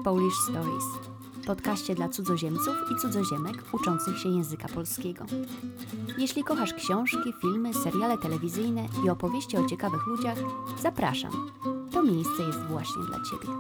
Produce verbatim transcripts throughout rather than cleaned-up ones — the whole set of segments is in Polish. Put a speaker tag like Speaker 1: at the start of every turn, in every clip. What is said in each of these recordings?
Speaker 1: Polish Stories, podcaście dla cudzoziemców i cudzoziemek uczących się języka polskiego. Jeśli kochasz książki, filmy, seriale telewizyjne i opowieści o ciekawych ludziach, zapraszam. To miejsce jest właśnie dla Ciebie.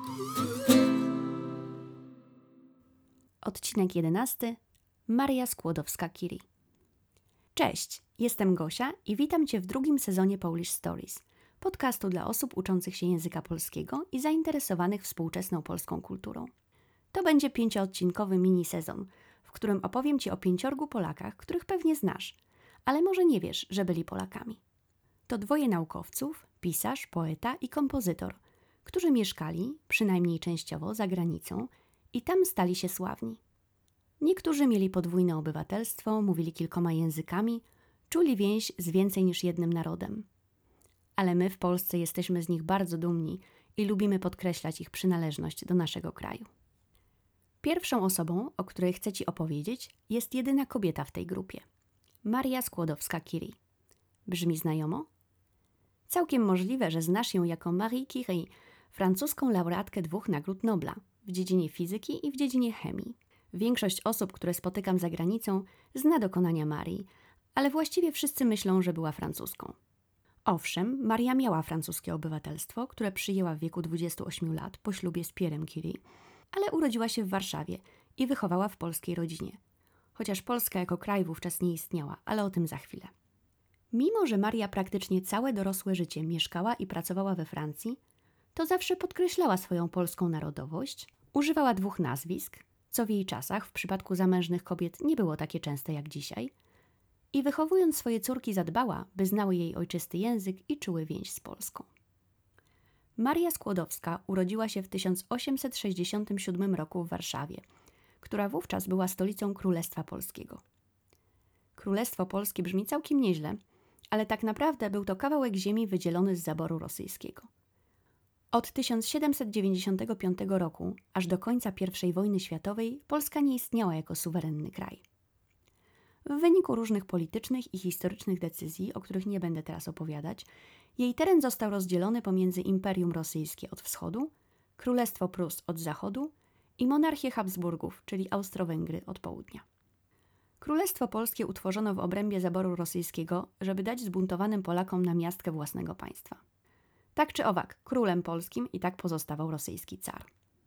Speaker 1: Odcinek jedenasty. Maria Skłodowska-Curie. Cześć, jestem Gosia i witam Cię w drugim sezonie Polish Stories, podcastu dla osób uczących się języka polskiego i zainteresowanych współczesną polską kulturą. To będzie pięcioodcinkowy mini-sezon, w którym opowiem Ci o pięciorgu Polakach, których pewnie znasz, ale może nie wiesz, że byli Polakami. To dwoje naukowców, pisarz, poeta i kompozytor, którzy mieszkali, przynajmniej częściowo, za granicą i tam stali się sławni. Niektórzy mieli podwójne obywatelstwo, mówili kilkoma językami, czuli więź z więcej niż jednym narodem. Ale my w Polsce jesteśmy z nich bardzo dumni i lubimy podkreślać ich przynależność do naszego kraju. Pierwszą osobą, o której chcę Ci opowiedzieć, jest jedyna kobieta w tej grupie. Maria Skłodowska-Curie. Brzmi znajomo? Całkiem możliwe, że znasz ją jako Marie Curie, francuską laureatkę dwóch nagród Nobla w dziedzinie fizyki i w dziedzinie chemii. Większość osób, które spotykam za granicą, zna dokonania Marii, ale właściwie wszyscy myślą, że była Francuzką. Owszem, Maria miała francuskie obywatelstwo, które przyjęła w wieku dwudziestu ośmiu lat po ślubie z Pierrem Curie, ale urodziła się w Warszawie i wychowała w polskiej rodzinie. Chociaż Polska jako kraj wówczas nie istniała, ale o tym za chwilę. Mimo że Maria praktycznie całe dorosłe życie mieszkała i pracowała we Francji, to zawsze podkreślała swoją polską narodowość, używała dwóch nazwisk, co w jej czasach w przypadku zamężnych kobiet nie było takie częste jak dzisiaj, i wychowując swoje córki zadbała, by znały jej ojczysty język i czuły więź z Polską. Maria Skłodowska urodziła się w tysiąc osiemset sześćdziesiątym siódmym roku w Warszawie, która wówczas była stolicą Królestwa Polskiego. Królestwo Polskie brzmi całkiem nieźle, ale tak naprawdę był to kawałek ziemi wydzielony z zaboru rosyjskiego. Od tysiąc siedemset dziewięćdziesiątego piątego roku aż do końca pierwszej wojny światowej Polska nie istniała jako suwerenny kraj. W wyniku różnych politycznych i historycznych decyzji, o których nie będę teraz opowiadać, jej teren został rozdzielony pomiędzy Imperium Rosyjskie od wschodu, Królestwo Prus od zachodu i monarchię Habsburgów, czyli Austro-Węgry od południa. Królestwo Polskie utworzono w obrębie zaboru rosyjskiego, żeby dać zbuntowanym Polakom namiastkę własnego państwa. Tak czy owak, królem polskim i tak pozostawał rosyjski car.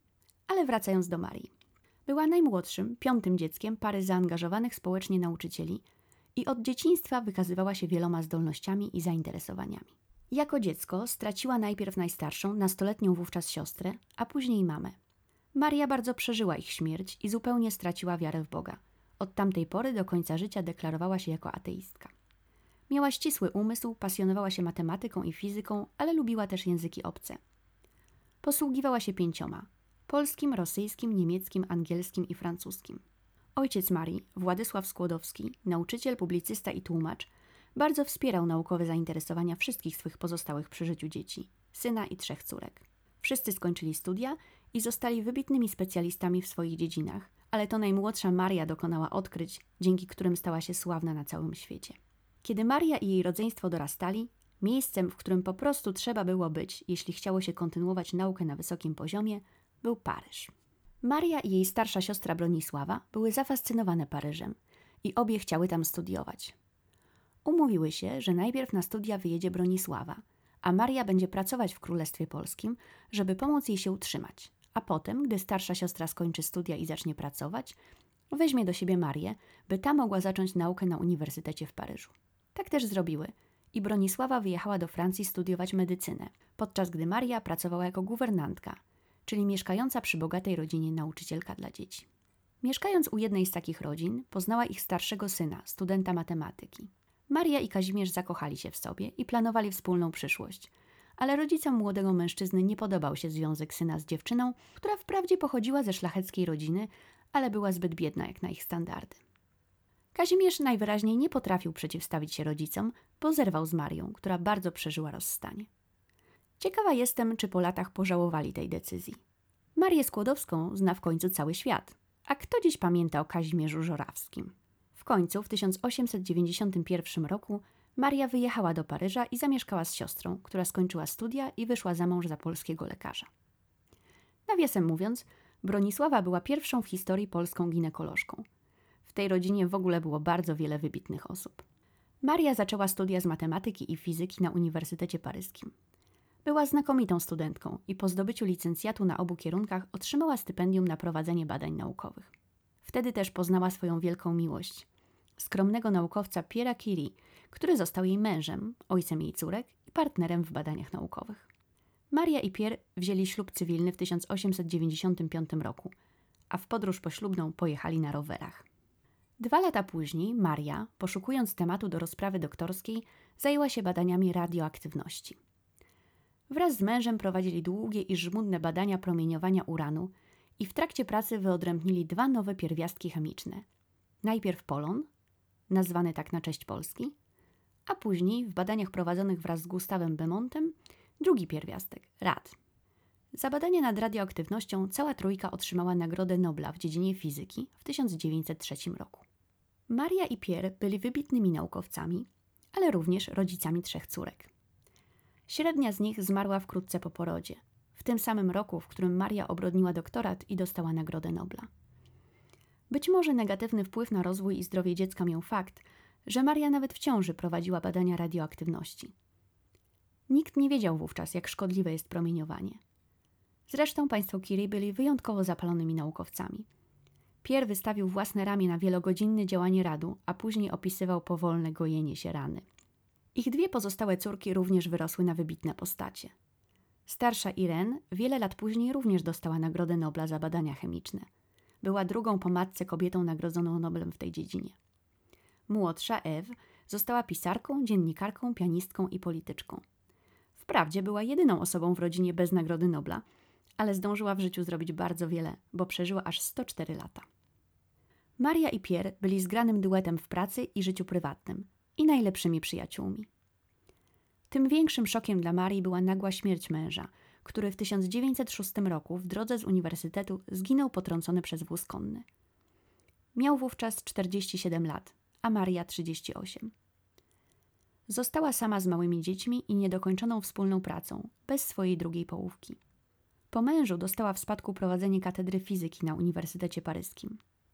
Speaker 1: Ale wracając do Marii. Była najmłodszym, piątym dzieckiem pary zaangażowanych społecznie nauczycieli i od dzieciństwa wykazywała się wieloma zdolnościami i zainteresowaniami. Jako dziecko straciła najpierw najstarszą, nastoletnią wówczas siostrę, a później mamę. Maria bardzo przeżyła ich śmierć i zupełnie straciła wiarę w Boga. Od tamtej pory do końca życia deklarowała się jako ateistka. Miała ścisły umysł, pasjonowała się matematyką i fizyką, ale lubiła też języki obce. Posługiwała się pięcioma: polskim, rosyjskim, niemieckim, angielskim i francuskim. Ojciec Marii, Władysław Skłodowski, nauczyciel, publicysta i tłumacz, bardzo wspierał naukowe zainteresowania wszystkich swych pozostałych przy życiu dzieci, syna i trzech córek. Wszyscy skończyli studia i zostali wybitnymi specjalistami w swoich dziedzinach, ale to najmłodsza Maria dokonała odkryć, dzięki którym stała się sławna na całym świecie. Kiedy Maria i jej rodzeństwo dorastali, miejscem, w którym po prostu trzeba było być, jeśli chciało się kontynuować naukę na wysokim poziomie, był Paryż. Maria i jej starsza siostra Bronisława były zafascynowane Paryżem i obie chciały tam studiować. Umówiły się, że najpierw na studia wyjedzie Bronisława, a Maria będzie pracować w Królestwie Polskim, żeby pomóc jej się utrzymać, a potem, gdy starsza siostra skończy studia i zacznie pracować, weźmie do siebie Marię, by ta mogła zacząć naukę na Uniwersytecie w Paryżu. Tak też zrobiły i Bronisława wyjechała do Francji studiować medycynę, podczas gdy Maria pracowała jako guwernantka, czyli mieszkająca przy bogatej rodzinie nauczycielka dla dzieci. Mieszkając u jednej z takich rodzin, poznała ich starszego syna, studenta matematyki. Maria i Kazimierz zakochali się w sobie i planowali wspólną przyszłość, ale rodzicom młodego mężczyzny nie podobał się związek syna z dziewczyną, która wprawdzie pochodziła ze szlacheckiej rodziny, ale była zbyt biedna jak na ich standardy. Kazimierz najwyraźniej nie potrafił przeciwstawić się rodzicom, bo zerwał z Marią, która bardzo przeżyła rozstanie. Ciekawa jestem, czy po latach pożałowali tej decyzji. Marię Skłodowską zna w końcu cały świat, a kto dziś pamięta o Kazimierzu Żurawskim? W końcu w tysiąc osiemset dziewięćdziesiątym pierwszym roku Maria wyjechała do Paryża i zamieszkała z siostrą, która skończyła studia i wyszła za mąż za polskiego lekarza. Nawiasem mówiąc, Bronisława była pierwszą w historii polską ginekolożką. W tej rodzinie w ogóle było bardzo wiele wybitnych osób. Maria zaczęła studia z matematyki i fizyki na Uniwersytecie Paryskim. Była znakomitą studentką i po zdobyciu licencjatu na obu kierunkach otrzymała stypendium na prowadzenie badań naukowych. Wtedy też poznała swoją wielką miłość, skromnego naukowca Pierre'a Curie, który został jej mężem, ojcem jej córek i partnerem w badaniach naukowych. Maria i Pierre wzięli ślub cywilny w tysiąc osiemset dziewięćdziesiątym piątym roku, a w podróż poślubną pojechali na rowerach. Dwa lata później Maria, poszukując tematu do rozprawy doktorskiej, zajęła się badaniami radioaktywności. Wraz z mężem prowadzili długie i żmudne badania promieniowania uranu i w trakcie pracy wyodrębnili dwa nowe pierwiastki chemiczne. Najpierw polon, nazwany tak na cześć Polski, a później w badaniach prowadzonych wraz z Gustawem Beaumontem drugi pierwiastek, rad. Za badania nad radioaktywnością cała trójka otrzymała Nagrodę Nobla w dziedzinie fizyki w tysiąc dziewięćset trzecim roku. Maria i Pierre byli wybitnymi naukowcami, ale również rodzicami trzech córek. Średnia z nich zmarła wkrótce po porodzie, w tym samym roku, w którym Maria obroniła doktorat i dostała Nagrodę Nobla. Być może negatywny wpływ na rozwój i zdrowie dziecka miał fakt, że Maria nawet w ciąży prowadziła badania radioaktywności. Nikt nie wiedział wówczas, jak szkodliwe jest promieniowanie. Zresztą państwo Curie byli wyjątkowo zapalonymi naukowcami. Pierre wystawił własne ramię na wielogodzinne działanie radu, a później opisywał powolne gojenie się rany. Ich dwie pozostałe córki również wyrosły na wybitne postacie. Starsza Irene wiele lat później również dostała Nagrodę Nobla za badania chemiczne. Była drugą po matce kobietą nagrodzoną Noblem w tej dziedzinie. Młodsza Eve została pisarką, dziennikarką, pianistką i polityczką. Wprawdzie była jedyną osobą w rodzinie bez Nagrody Nobla, ale zdążyła w życiu zrobić bardzo wiele, bo przeżyła aż sto cztery lata. Maria i Pierre byli zgranym duetem w pracy i życiu prywatnym i najlepszymi przyjaciółmi. Tym większym szokiem dla Marii była nagła śmierć męża, który w tysiąc dziewięćset szóstym roku w drodze z uniwersytetu zginął potrącony przez wóz konny. Miał wówczas czterdzieści siedem lat, a Maria trzydzieści osiem. Została sama z małymi dziećmi i niedokończoną wspólną pracą, bez swojej drugiej połówki. Po mężu dostała w spadku prowadzenie katedry fizyki na Uniwersytecie Paryskim.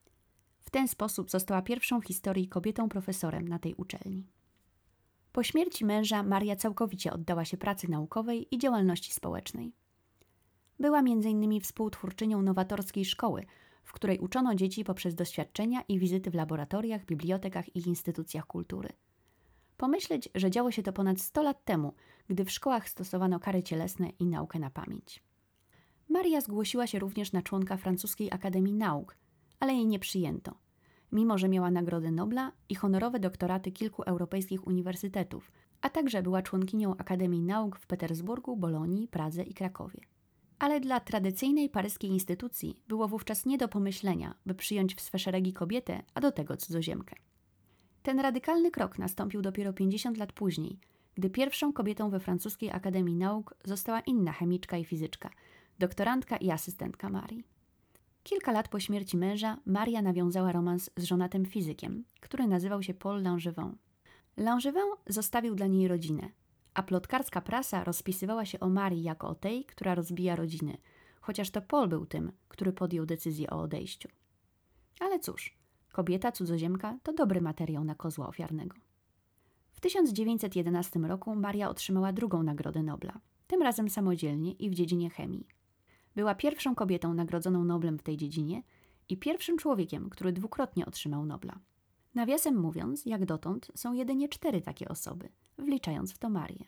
Speaker 1: W ten sposób została pierwszą w historii kobietą profesorem na tej uczelni. Po śmierci męża Maria całkowicie oddała się pracy naukowej i działalności społecznej. Była między innymi współtwórczynią nowatorskiej szkoły, w której uczono dzieci poprzez doświadczenia i wizyty w laboratoriach, bibliotekach i instytucjach kultury. Pomyśleć, że działo się to ponad sto lat temu, gdy w szkołach stosowano kary cielesne i naukę na pamięć. Maria zgłosiła się również na członka Francuskiej Akademii Nauk, ale jej nie przyjęto, mimo że miała Nagrodę Nobla i honorowe doktoraty kilku europejskich uniwersytetów, a także była członkinią Akademii Nauk w Petersburgu, Bolonii, Pradze i Krakowie. Ale dla tradycyjnej paryskiej instytucji było wówczas nie do pomyślenia, by przyjąć w swe szeregi kobietę, a do tego cudzoziemkę. Ten radykalny krok nastąpił dopiero pięćdziesiąt lat później, gdy pierwszą kobietą we Francuskiej Akademii Nauk została inna chemiczka i fizyczka, doktorantka i asystentka Marii. Kilka lat po śmierci męża Maria nawiązała romans z żonatym fizykiem, który nazywał się Paul Langevin. Langevin zostawił dla niej rodzinę, a plotkarska prasa rozpisywała się o Marii jako o tej, która rozbija rodziny, chociaż to Paul był tym, który podjął decyzję o odejściu. Ale cóż, kobieta cudzoziemka to dobry materiał na kozła ofiarnego. W tysiąc dziewięćset jedenastym roku Maria otrzymała drugą Nagrodę Nobla, tym razem samodzielnie i w dziedzinie chemii. Była pierwszą kobietą nagrodzoną Noblem w tej dziedzinie i pierwszym człowiekiem, który dwukrotnie otrzymał Nobla. Nawiasem mówiąc, jak dotąd są jedynie cztery takie osoby, wliczając w to Marię.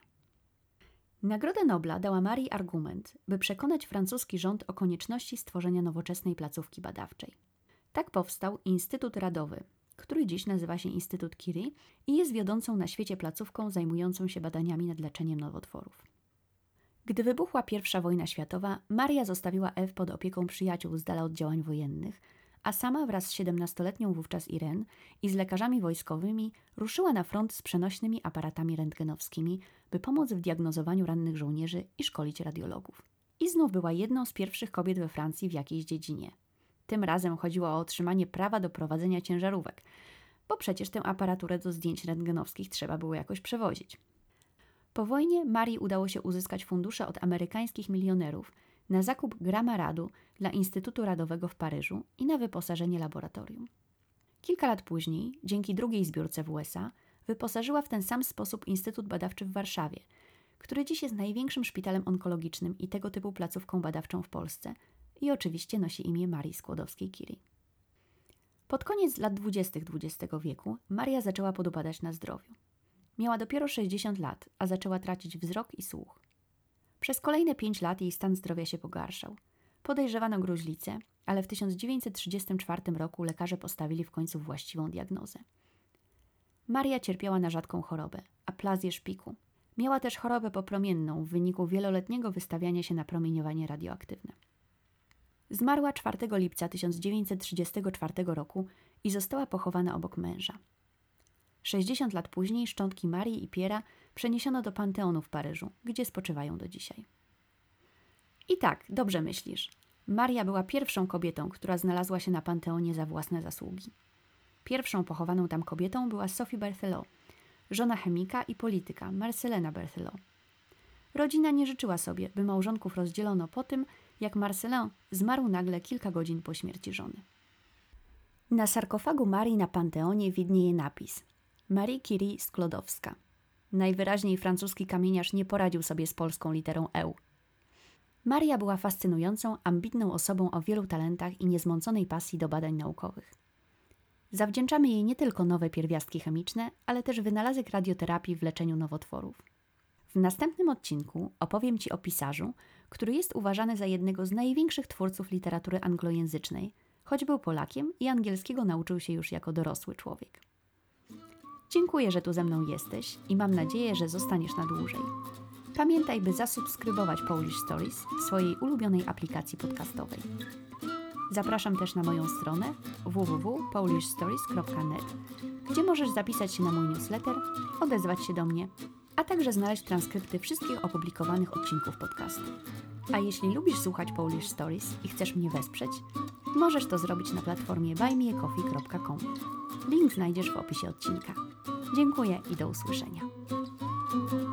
Speaker 1: Nagrodę Nobla dała Marii argument, by przekonać francuski rząd o konieczności stworzenia nowoczesnej placówki badawczej. Tak powstał Instytut Radowy, który dziś nazywa się Instytut Curie i jest wiodącą na świecie placówką zajmującą się badaniami nad leczeniem nowotworów. Gdy wybuchła pierwsza wojna światowa, Maria zostawiła Eve pod opieką przyjaciół z dala od działań wojennych, a sama wraz z siedemnastoletnią wówczas Irene i z lekarzami wojskowymi ruszyła na front z przenośnymi aparatami rentgenowskimi, by pomóc w diagnozowaniu rannych żołnierzy i szkolić radiologów. I znów była jedną z pierwszych kobiet we Francji w jakiejś dziedzinie. Tym razem chodziło o otrzymanie prawa do prowadzenia ciężarówek, bo przecież tę aparaturę do zdjęć rentgenowskich trzeba było jakoś przewozić. Po wojnie Marii udało się uzyskać fundusze od amerykańskich milionerów, na zakup grama radu dla Instytutu Radowego w Paryżu i na wyposażenie laboratorium. Kilka lat później, dzięki drugiej zbiórce w U S A, wyposażyła w ten sam sposób Instytut Badawczy w Warszawie, który dziś jest największym szpitalem onkologicznym i tego typu placówką badawczą w Polsce i oczywiście nosi imię Marii Skłodowskiej-Curie. Pod koniec lat dwudziestych dwudziestego wieku Maria zaczęła podupadać na zdrowiu. Miała dopiero sześćdziesiąt lat, a zaczęła tracić wzrok i słuch. Przez kolejne pięć lat jej stan zdrowia się pogarszał. Podejrzewano gruźlicę, ale w tysiąc dziewięćset trzydziestym czwartym roku lekarze postawili w końcu właściwą diagnozę. Maria cierpiała na rzadką chorobę, aplazję szpiku. Miała też chorobę popromienną w wyniku wieloletniego wystawiania się na promieniowanie radioaktywne. Zmarła czwartego lipca tysiąc dziewięćset trzydziestego czwartego roku i została pochowana obok męża. sześćdziesiąt lat później szczątki Marii i Pierre'a przeniesiono do Panteonu w Paryżu, gdzie spoczywają do dzisiaj. I tak, dobrze myślisz. Maria była pierwszą kobietą, która znalazła się na Panteonie za własne zasługi. Pierwszą pochowaną tam kobietą była Sophie Berthelot, żona chemika i polityka Marcelina Berthelot. Rodzina nie życzyła sobie, by małżonków rozdzielono po tym, jak Marcelin zmarł nagle kilka godzin po śmierci żony. Na sarkofagu Marii na Panteonie widnieje napis Marie Curie Sklodowska. Najwyraźniej francuski kamieniarz nie poradził sobie z polską literą E. Maria była fascynującą, ambitną osobą o wielu talentach i niezmąconej pasji do badań naukowych. Zawdzięczamy jej nie tylko nowe pierwiastki chemiczne, ale też wynalazek radioterapii w leczeniu nowotworów. W następnym odcinku opowiem Ci o pisarzu, który jest uważany za jednego z największych twórców literatury anglojęzycznej, choć był Polakiem i angielskiego nauczył się już jako dorosły człowiek. Dziękuję, że tu ze mną jesteś i mam nadzieję, że zostaniesz na dłużej. Pamiętaj, by zasubskrybować Polish Stories w swojej ulubionej aplikacji podcastowej. Zapraszam też na moją stronę w w w kropka polish stories kropka net, gdzie możesz zapisać się na mój newsletter, odezwać się do mnie, a także znaleźć transkrypty wszystkich opublikowanych odcinków podcastu. A jeśli lubisz słuchać Polish Stories i chcesz mnie wesprzeć, możesz to zrobić na platformie buy me a coffee kropka com. Link znajdziesz w opisie odcinka. Dziękuję i do usłyszenia.